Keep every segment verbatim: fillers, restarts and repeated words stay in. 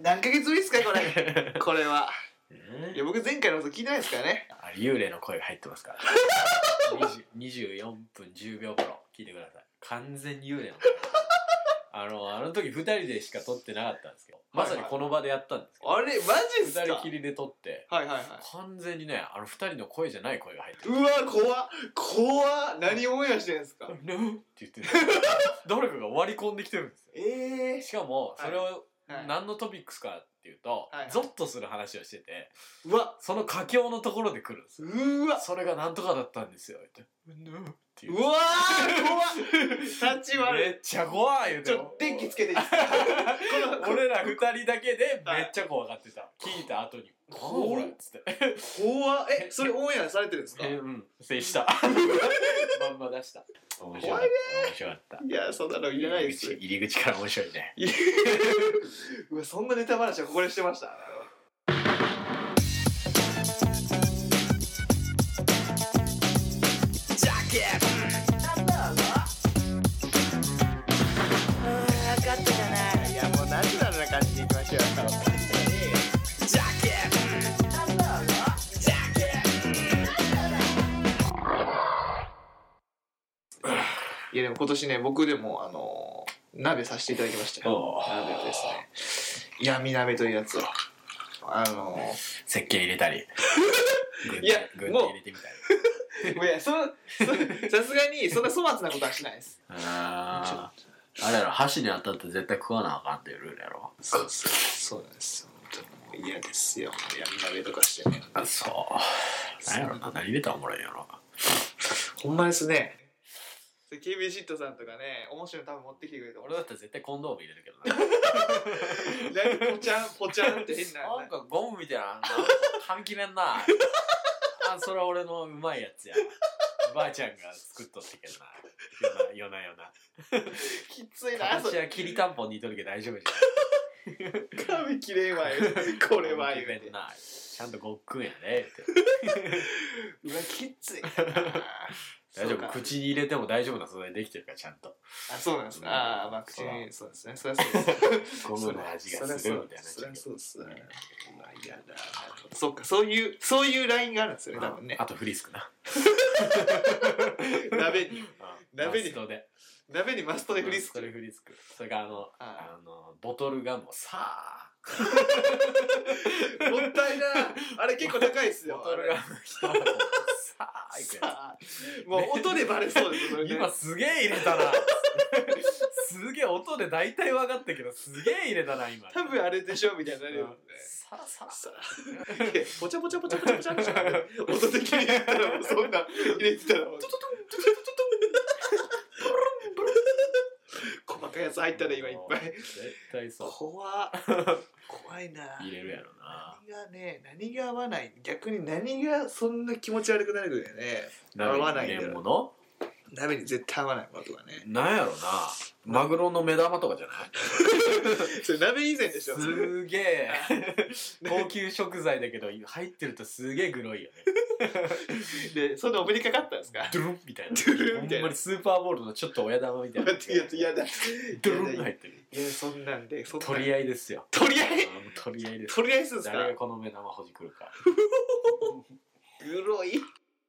何ヶ月ぶりですかこれこれは。いや僕前回のこと聞いてないですからね。 あ幽霊の声が入ってますからにじゅうよんぷんじゅうびょう頃聞いてください。完全に幽霊の声あのあの時ふたりでしか撮ってなかったんですけど、まさにこの場でやったんですけど、 はいはい、あれマジっすか。 ふたりきりで撮って、 はいはいはい、 完全にねあのふたりの声じゃない声が入ってる。 うわ怖っ怖っ。何オンエアしてるんですか。 って言ってる誰かが割り込んできてるんですよ。 えー、 しかもそれを、 はい何のトピックスかっていうと、 はいはい、 ゾッとする話をしてて、 うわその佳境のところで来るんですよ。 うわそれがなんとかだったんですよってっていう。 うわー怖っタッチ悪い。 めっちゃ怖い言うて。 ちょっと電気つけていいですかこの俺らふたりだけでめっちゃ怖がってた、はい、聞いた後にこれっつって怖っ。えそれオンエアされてるんですか。 えうんせいしたまんま出した。面白かった面白かった。 いやそんなのいらないです。 入り口から面白いねうわそんなネタ話はここでしてました。ジャケットなんだろう。分かったじゃない。いやもうナチュラルな感じでいきましょう。ジャケットなんだろう。ジャケットいやでも今年ね僕でもあの鍋させていただきましたよ。鍋をですね闇鍋というやつをあの石鹸入れたりいや軍手入れてみたりいやそさすがにそんな粗末なことはしないです。 ああれやろ箸に当たって絶対食わなあかんっていうルールやろ。 そうそうそうなんですよ。本当にもう嫌ですよ闇鍋とかしてね。 あそう何やろな何入れたらおもろいやろ。 ほんまですね。ケービー シットさんとかね面白いの多分持ってきてくれると思う。 俺だったら絶対コンドーム入れるけどな何ポチャンポチャンって変ななんかゴムみたいな半切れんなあそれは俺のうまいやつやばあちゃんが作っとってけどなよなよなきついな。 私はきりたんぽに似とるけど大丈夫じゃん髪きれんわよこれは言うてなちゃんとごっくんやでってうわきついな大丈夫口に入れても大丈夫な素材できてるからちゃんと。 あそうなんですね。ああまあ口にそうですねそりゃそうですゴムの味がするみたいな。 そりゃそうですね。まあ嫌だ。そっかそういうそういうラインがあるんですよね多分ね。 あとフリスクな鍋に鍋にマストで鍋にマストでフリスク。 マストでフリスク。それからあのあのボトルがもうさあもったいな。あれ結構高いっすよ。 ボトルがさあいくやつもう音でバレそうですそれ、ね、 今すげえ入れたなすげえ音で大体分かったけどすげえ入れたな今。 多分あれでしょみたいになるよね。 サラサラサラポチャポチャポチャポチャポチャポチャ音的に言ったらもうそんな入れてたらもうトトトントトトトトン細かいやつ入ったね今いっぱい。 絶対そう。 怖っ怖いな。 入れるやろな。 何がね何が合わない。逆に何がそんな気持ち悪くなるぐらいね合わないんだよ。 もの鍋に絶対合わないものとかね。 なんやろなマグロの目玉とかじゃないそれ鍋以前でしょ。 すげえ高級食材だけど入ってるとすげえグロいよねでそんなお目にかかったんですか。 ドゥルンみたいな。 ドゥルンみたいな。 ほんまにスーパーボールのちょっと親玉みたいなやつ嫌だ。 ドゥルン入ってる。 いやそんなんでそんな取り合いですよ。 取り合い取り合いです。 取り合いするんですか。 誰がこの目玉ほじくるかグロい。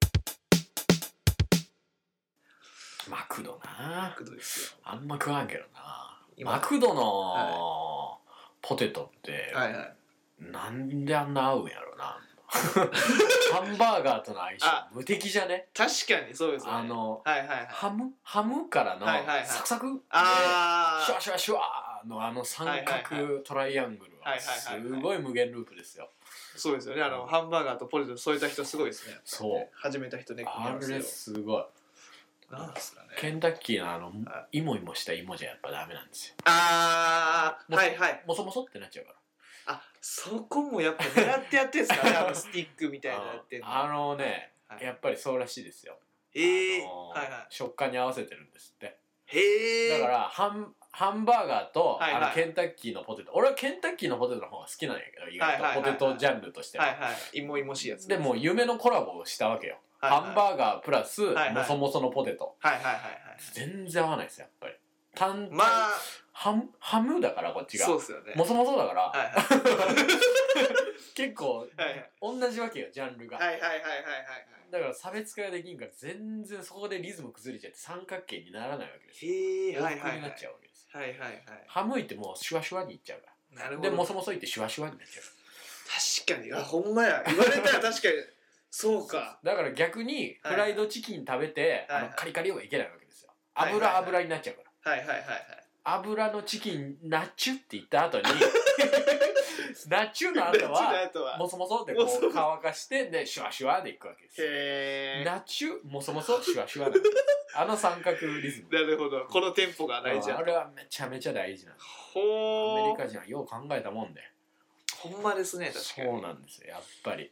マクドな。 マクドですよ。 あんま食わんけどな。マクドの、はい、ポテトって、はいはい、なんであんな合うんやろなハンバーガーとの相性無敵じゃね。 確かにそうですね。 あの、 はいはいはい、 ハムハムからのサクサクで、 あシュワシュワシュワのあの三角トライアングルはすごい無限ループですよ。 そうですよね。あのハンバーガーとポテト添えた人すごいですね。 そう始めた人ね。 あれすごい。 なんですかね。 ケンタッキーのあのイモイモした芋じゃやっぱダメなんですよ。 ああはいはい。 もそもそってなっちゃうから。 あそこもやっぱ狙ってやってんすかね。あのスティックみたいなやってんの。 あのね、はい、やっぱりそうらしいですよ。 ええー、 あのー、 はいはい。 食感に合わせてるんですって。 へえ。 だからハンハンバーガーと、はいはい、あのケンタッキーのポテト、俺はケンタッキーのポテトの方が好きなんやけど、意外と、はいはいはいはい、ポテトジャンルとしては。 はいはい。いもいもしいやつ。 でも夢のコラボをしたわけよ。はいはい、ハンバーガープラス、はいはい、もそもそのポテト。 はいはいはいはい。 全然合わないですよやっぱり。 単まあハムハムだからこっちがそうっすよねもそもそだから、 はいはい結構、 はいはい同じわけよジャンルが、 はいはいはいはいはいだから差別化ができんから全然そこでリズム崩れちゃって三角形にならないわけですよ。 へえ往はいはいはい復になっちゃうわけですよ。 はいはいはいハムいってもうシュワシュワにいっちゃうからなるほどでもそもそいってシュワシュワになっちゃう確かにあほんまや言われたら確かにそうかだから逆にフライドチキン食べて、 はいはいあのカリカリはいけないわけですよ。 はいはい油、 はい油になっちゃうからはいはいはいはい油のチキンナチュって言った後にナチュの後はあとはもそもそでこう乾かしてでシュワシュワでいくわけですよ。 へえナチュもそもそシュワシュワなんですあの三角リズムなるほどこのテンポが大事だあれはめちゃめちゃ大事なんです。アほーメリカ人はよう考えたもんでほんまですね確かにそうなんですよやっぱり。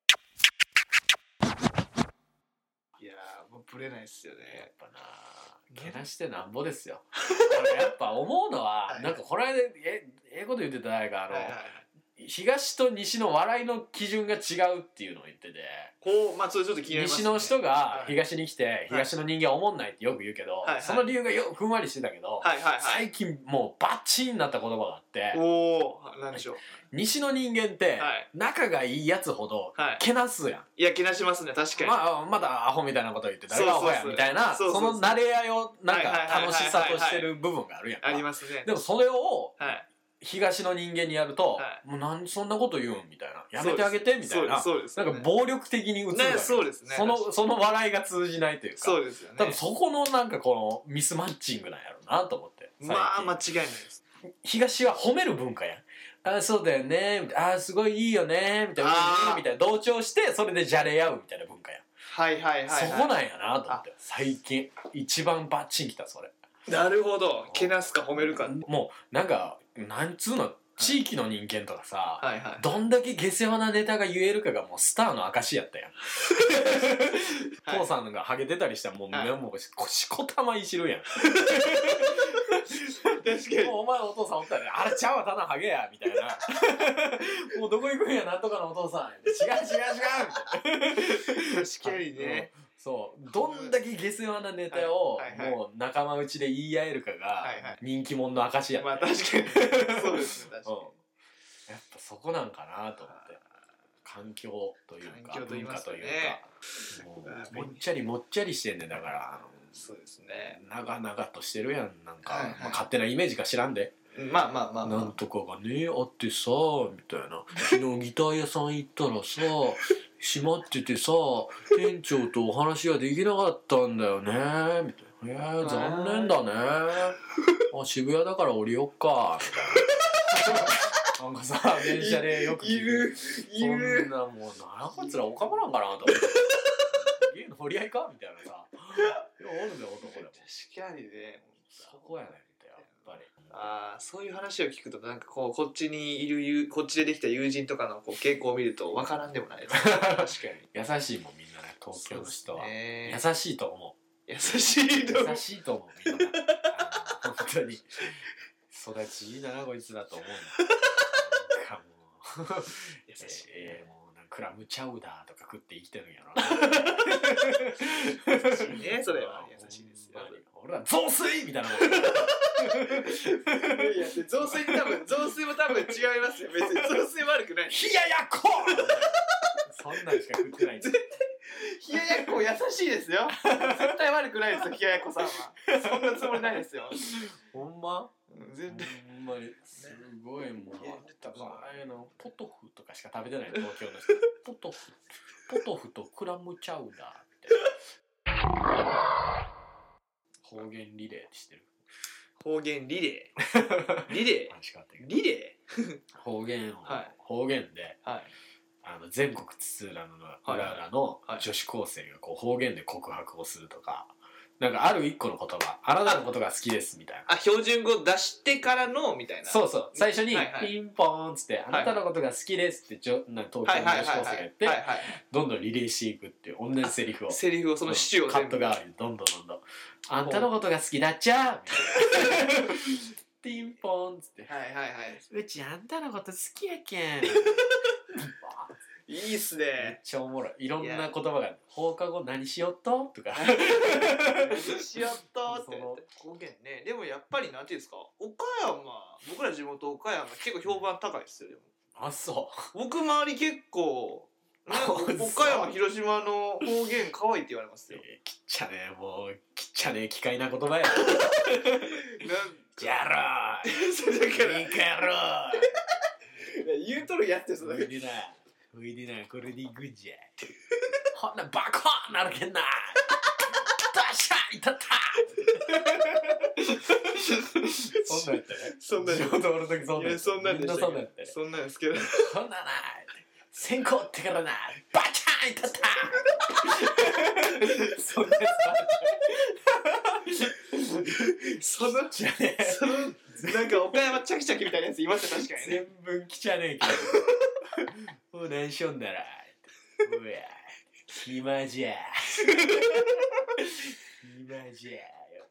いやーもうぶれないっすよやねっぱなけなしてなんぼですよ。俺やっぱ思うのは、 はいなんかこの間えええこと言ってた誰かあの、 はいはいはい東と西の笑いの基準が違うっていうのを言ってて、 こうまあそれちょっと気になりますね西の人がはい東に来て、東の人間は思んないってよく言うけど、 はいはいその理由がよふんわりしてたけど、 はいはいはい最近もうバッチリになった言葉があっておおなんでしょう西の人間ってはい仲がいいやつほどはいけなすやん、 いや気なしますね確かにまあまだアホみたいなこと言って誰がアホやみたいなそそうそうそうの慣れ合いをなんかはいはいはいはい楽しさとしてる部分があるやんかありますねでもそれをはい東の人間にやると、 はもうなんそんなこと言うんみたいなやめてあげてみたいなそうですなんか暴力的に映るわけねそうですねそのその笑いが通じないというかそうですよね多分そこのなんかこのミスマッチングなんやろうなと思ってまあ間最違いないです近東は褒める文化やんあーそうだよねみたいなあーすごいいいよねみたいなあーみたいな同調してそれでじゃれ合うみたいな文化やんはいはいはいはいそこなんやなと思って最近一番バッチンきたそれなるほどけなすか褒めるかもうなんかなんつうの地域の人間とかさ、 はいはいどんだけ下世話なネタが言えるかがもうスターの証やったやん、 はい父さんがハゲてたりしたらもう、 はいねもうししこたまいじるやん確かにもうお前のお父さんおったらねあれちゃうわただハゲやみたいなもうどこ行くんやなんとかのお父さん違う違う違うみたいな確かにねそうどんだけ下世話なネタをはいはいはいもう仲間内で言い合えるかがはいはい人気者の証やったまあ確かにそうですね確かうんやっぱそこなんかなと思って環境というか環境と言いますかね文化というかもうもっちゃりもっちゃりしてんねんだからにそうですね長々としてるやんなんか、 はいはいまあ、勝手なイメージか知らんで、 まあまあまあまあなんとかがねあってさみたいな昨日ギター屋さん行ったらさ閉まっててさ店長とお話ができなかったんだよねみたいな「えー、残念だねあ渋谷だから降りよっか」みたいななんかさ電車でよくいるいるそんなもうなんこいつらおかまなんかなと思って家の掘り合いかみたいなさようおるぜ男でも確かにねそこやねんってやっぱりああそういう話を聞くとなんかこうこっちにいる友こっちでできた友人とかのこう傾向を見ると分からんでもないです確かに優しいもんみんなね東京の人は、 ね優しいと思優しいとう優しいと思うみんなあの本当に育ちいいなこいつだと思うなんかもう優しいえー、もうなんかクラムチャウダーとか食って生きてるんやろな優しいねそれは優しいですよ俺は雑炊みたいなもんいや雑炊多分雑炊も多分違いますよ別に雑炊悪くない冷ややっこそんなんしか食ってないんです冷ややっこ優しいですよ絶対悪くないですよ冷ややっこさんはそんなつもりないですよほんま全然ほんまにすごいもういやああいうのポトフとかしか食べてない東京の人ポトフポトフとクラムチャウダーって方言リレーって知ってる方言リレーリレ話変わったけどーリレ方言を、 はい方言でーはいあの全国津々浦々の裏々のはい女子高生がこう方言で告白をするとかなんかある一個の言葉あなたのことが好きですみたいなあ標準語出してからのみたいなそうそう最初にはいはいピンポーンっつって「あなたのことが好きです」ってちょなんか東京の女子高生が言ってはいはいはいどんどんリレーしていくっていう同じセリフをセリフをそのシチューをカッ全部ト代わりにどんどんどんどん「あんたのことが好きだっちゃ」みたいなピンポーンっつってはいはいはい 「うちあんたのこと好きやけん」 いいいっすめっね。 ちゃおもろい。いろんな言葉がある。放課後何しよっととか。 何しよっとってその方言ね。でもやっぱりなんていうんですか、岡山、僕ら地元岡山結構評判高いですよ。でもあ、そ僕周り結構なんかそう岡山広島の方言可愛いって言われますう。 よ。 えー、きっちゃねもうきっちゃね機械な言葉や。 なんやろう。 そうだからいいかやろう。 言うとるやってそおいでな。おいでな、これでいくんじゃ。ほんなバカーンなるけんな。ダッシャーいたった。そんなんやったね。 そんなん仕事おるときそんなんやった。 いやそんなんでみんなしたそんなんやったね。 そんなんですけどほんなな。先行ってからな。バチャーンいたった。そんなやつそのじゃねそのなんか岡山チャキチャキみたいなやついました確かにね。 全文来ちゃねえけど。もう何しょんだら。うや。暇じゃ。暇じゃよ。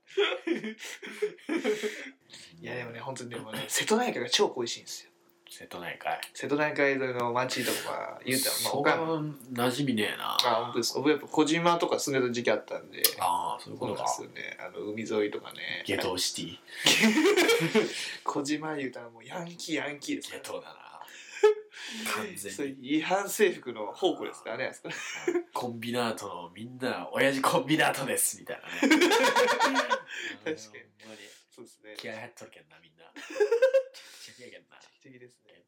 いやでもね本当にでもね瀬戸内海が超恋しいんですよ。 瀬戸内海。 瀬戸内海沿いの町とか言うたらまあそ岡山こは馴染みねえな。 あ本当ですか。僕やっぱ小島とか住んでた時期あったんで。 ああ、そういうそうなんでことか。 すよね。あの海沿いとかね。 ゲトシティ。 小島言うたらもうヤンキーヤンキーですからゲトだな。完全そうに。 違反制服の宝庫ですからねあそこ。 コンビナートのみんな、親父コンビナートですみたいなね。 確かにほんまにそうですね。 気合入っとるけんな、みんな。めっちゃ気合いけんな。 素敵ですね。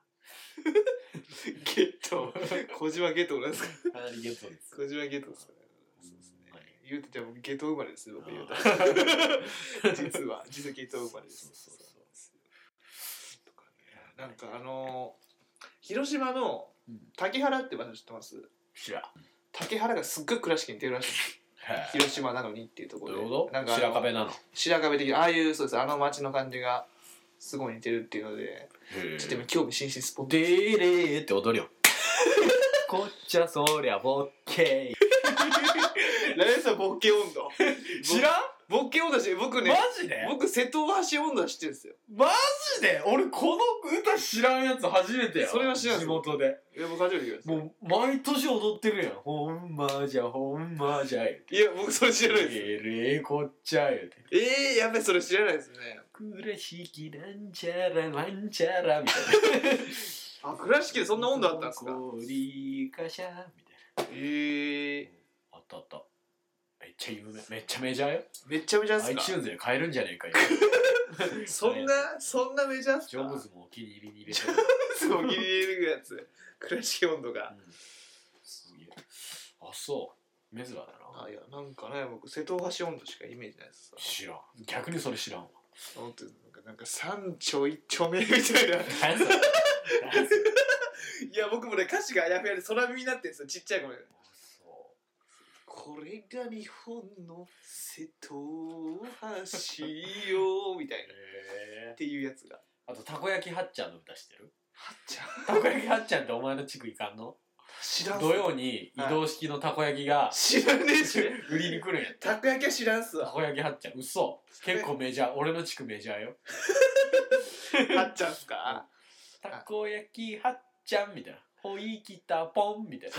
ゲトや。 ゲット小島ゲットなんですか。 かなりゲトです。 小島ゲットですかね。そうですね。言うとじゃあ僕ゲット生まれですよ僕言うと。実は実はゲット生まれです。 そうそうそう。 とかね。なんかあの広島の竹原って場所知ってます？ 知らん。 竹原がすっごい倉敷に似てるらしいんですよ。広島なのにっていうところで。 どういうこと？ なんか白壁なの。 白壁的なああいうそうですあの街の感じがすごい似てるっていうのでちょっと今興味津々スポット。 でーれーって踊るよ。こっちゃそりゃボッケー。 何ですかボッケ温度。 知らん？ ボッケ温度して僕ねマジで？ 僕瀬戸橋温度は知ってるんですよ。 マジで？俺この歌知らんやつ初めてや。 それは知らん。 地元で。 いや僕初めて聞きました。 もう毎年踊ってるやん。ほんまじゃほんまじゃい。 いや僕それ知らないです。 えれーこっちゃ言うて。 ええー、やべそれ知らないですね。 倉敷なんちゃらなんちゃらみたいな。 あ倉敷でそんな温度あったんですか。 氷かしゃみたいな。 ええー、 あったあった。めっちゃ有名、めっちゃメジャーよ。 めっちゃメジャーっすか。 iTunes で買えるんじゃねえかよ。 そんなそんなメジャーっすか。 ジョブズもお気に入りに入れてジョブズもお気に入りに入れるやつ倉敷温度が、 うん、すげえ。あ、そう珍だな。 あいやなんかね僕瀬戸橋温度しかイメージないですさ。 知らん。逆にそれ知らんわ。 本当になんかなんか三丁一丁目みたいな。 何それ。何それ。 いや僕もね歌詞があやふやで空耳になってるんですよちっちゃい頃で。これが日本の瀬戸橋よみたいなっていうやつが。 あとたこ焼きはっちゃんの歌知ってる？ はっちゃんたこ焼きはっちゃんってお前の地区行かんの？ 知らん。 土曜に移動式のたこ焼きが知らねえし売りに来るんやって。 たこ焼きは知らんっすわ。 たこ焼きはっちゃん。嘘。結構メジャー。俺の地区メジャーよ。 はっちゃんっすか。 たこ焼きはっちゃんみたいな。ほいきたぽんみたいな。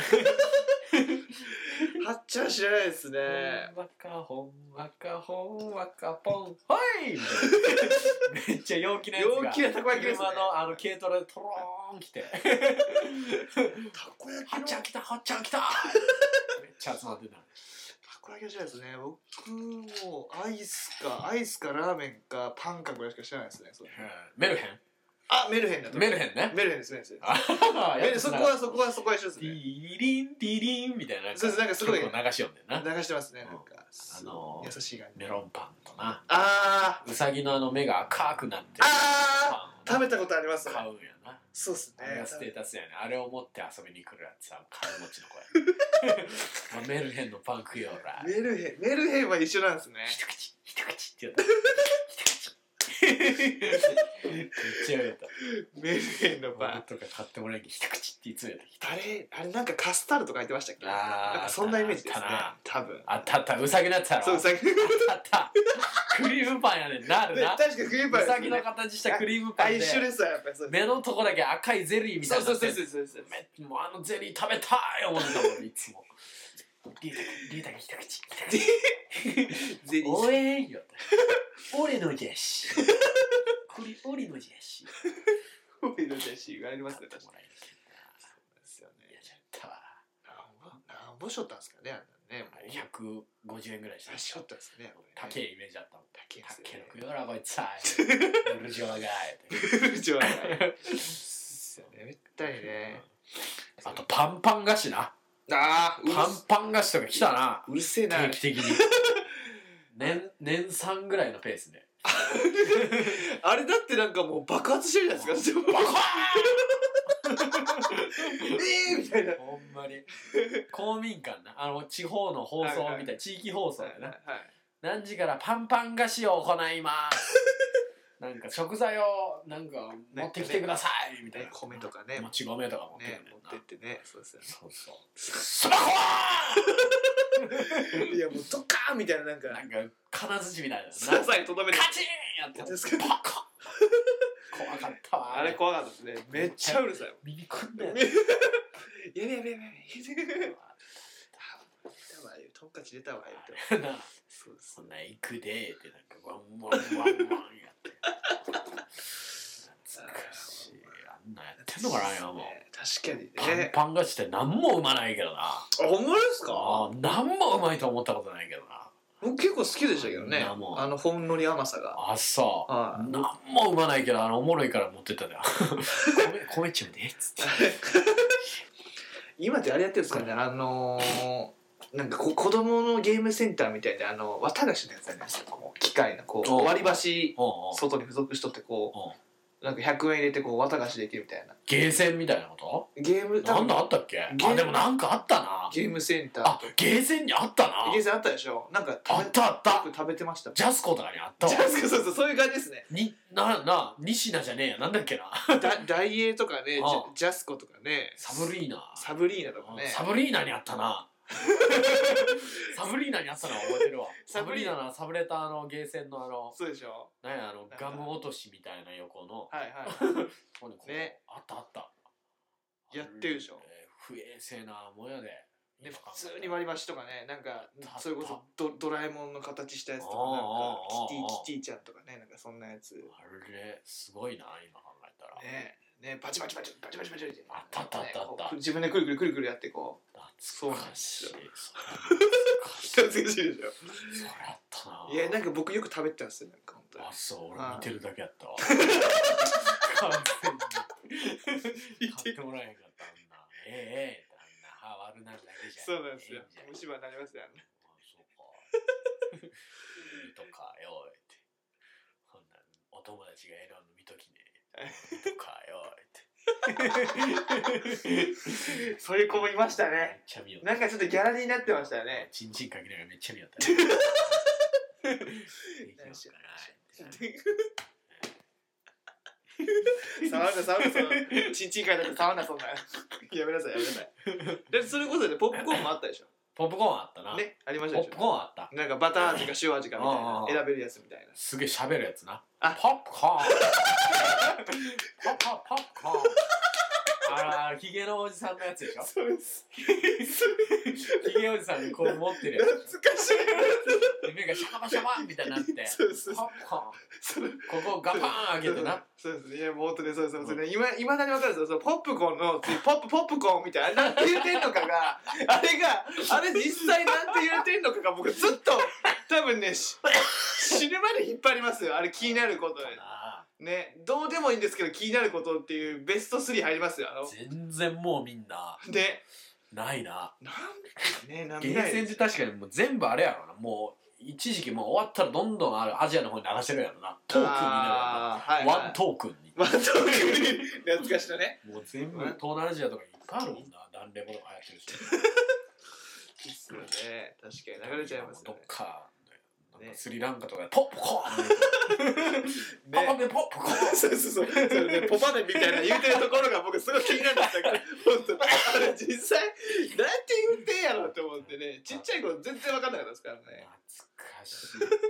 はっちゃん知らないですね。 ほんわかほんわかほんわかぽんほいみたいな。めっちゃ陽気なやつが陽気なたこ焼きですね。 車のあの軽トラでトローン来てたこ焼きはっちゃん来たはっちゃん来ためっちゃ集まってた。 たこ焼きは知らないですね。僕もアイスかアイスかラーメンかパンかぐらいしか知らないですね。それメルヘン。 あメルヘンだと。 メルヘンね。 メルヘンですメルヘンです。 あメルそこはそこはそこは一緒ですテね。 ィリンティリンみたいな。 そうですなんかすごい曲を流し読んでんな。 流してますねなんか。 あの優しい感じ。 メロンパンとな。 あうさぎのあの目が赤くなってるああ食べたことありますね。 買うんやな。 そうっすね。 あれがステータスやね。あれを持って遊びに来るやつは金持ちの子や。メルヘンのパン食よら。 メルヘンメルヘンは一緒なんですね。 一口一口って言った。一口めっちゃ言ったメルヘンのパンとか買ってもらえんけど一口っていつやったあれあれなんかカスタードとか入ってましたっけ？ あーなんかそんなイメージですねあった多分あったあったうさぎのやつやろそううさぎあったあったクリームパンやねんなあるな確かにクリームパンうさぎの形したクリームパンであ一緒ですわやっぱりそう目のとこだけ赤いゼリーみたいそうになってそうそうそうそうめもうあのゼリー食べたい思ってたもんいつもリータリータが一口ゼリーおえーよ俺のじゃしこれ俺のじゃし俺の写真がありますね確かにそうですよねやっちゃったわなんぼしょったんですかねあんなねひゃくごじゅうえんぐらいしたしょったんですね高いイメージあったもん高いです高いよねの食うよなこいつはブルジョワが不条理ですよねめったにねあとパンパン菓子なあーパンパン菓子とか来たなうるせえな定期的に年年さんぐらいのペースであれだってなんかもう爆発してるじゃないですかバカえーみたいなほんまに公民館なあの地方の放送みたいな、はいはい、地域放送やな、はいはい、何時からパンパン菓子を行いますなんか食材をなんか持ってきてくださいみたいな、ね、 米とかねもち米とか持ってね持ってってねそうですよねそうそうスマホいやもうドカーンみたいななんかなんか金槌みたいなささにとどめてカチーンやってパカ怖かったわあれ怖かったですねめっちゃうるさい耳くんだよやべやべやべやべトンカチ出たわ言うてそうですそんな行くでってなんかワンワンワンワンやって懐かしいあんなやってんのかな今も確かにねパンパン菓子って何もうまないけどなあほんまですかあ何もうまいと思ったことないけどな僕結構好きでしたけどねあのほんのり甘さがあそう、 はい、 何もうまないけどあのおもろいから持ってったんだよ米米ちゅうでっつって今ってあれやってるんですかねあのーなんかこ子供のゲームセンターみたいであの綿菓子のやつありますよこう機械のこう割り箸外に付属しとってこうなんかひゃくえん入れてこう綿菓子できるみたいなゲーセンみたいなことゲームなんだあったっけあでもなんかあったなゲームセンターあゲーセンにあったなゲーセンあったでしょなんかあったあった僕食べてましたジャスコとかにあったわジャスコそうそうそういう感じですねになな西名じゃねえやなんだっけなだダイエーとかねジャスコとかねサブリーナサブリーナとかねサブリーナにあったなサブリーナにあったのは覚えてるわサブリーナのサブレターのゲーセンのあのそうでしょなんやあのガム落としみたいな横のはいはいここにこうねあったあったやってるでしょ不衛生なもんやでで普通に割り箸とかねなんかそれこそドドラえもんの形したやつとかなんかキティキティちゃんとかねなんかそんなやつあれすごいな今考えたらねねバチバチバチバチバチバチバチあったあったあったあった自分でくるくるくるくるやってこう懐かしい懐かしいでしょそれあったないやなんか僕よく食べてたんですよなんか本当にあそう俺見てるだけやったわ完全に買ってもらえへんかったあんなえええあんな歯悪なるだけじゃそうなんですよ虫歯になりますよねそうか見とかよってほんなお友達が選んの見ときね見とかよってそういう子もいましたねめっちゃ見よったなんかちょっとギャラリーになってましたよねチンチンかけながらめっちゃ見よった何しよう触るな触るなそのチンチン会だって触るなそんなやめなさいやめなさいでそれこそでポップコーンもあったでしょポップコーンあったなねありましたでしょポップコーンあったなんかバター味か塩味かみたいな選べるやつみたいなすげえ喋るやつなあポップコーンポッポッポップコーンあらヒゲのおじさんのやつでしょそうですヒゲおじさんにこう持ってるやつ懐かしい目がシャカバシャバンみたいになってそうですポップコーンここガパーン開けてなそうですねいやもう本当にそうですそうですね今いまだに分かるんですよそのポップコーンの次ポップポップコーンみたいななんて言うてんのかがあれがあれ実際なんて言うてんのかが僕ずっと多分ね死ぬまで引っ張りますよあれ気になることでねどうでもいいんですけど気になることっていうベストスリー入りますよあの全然もうみんなねないななんねなんゲーセンって確かにもう全部あれやろなもう一時期もう終わったらどんどんあるアジアの方に流してるやろなトークンになるやろな、はいはい、ワントークンにワントークンに懐かしのねもう全部東南アジアとかいっぱいあるもんなダンレボとか流行ってるしですよね確かに流れちゃいますよねどっかねスリランカとかでポップコーンパパメポップコーンそうそうそうそれねポパネみたいな言うてるところが僕すごい気になるんですけど本当あれ実際なんて言ってんやろって思ってねちっちゃい頃全然分かんなかったですからね懐かしい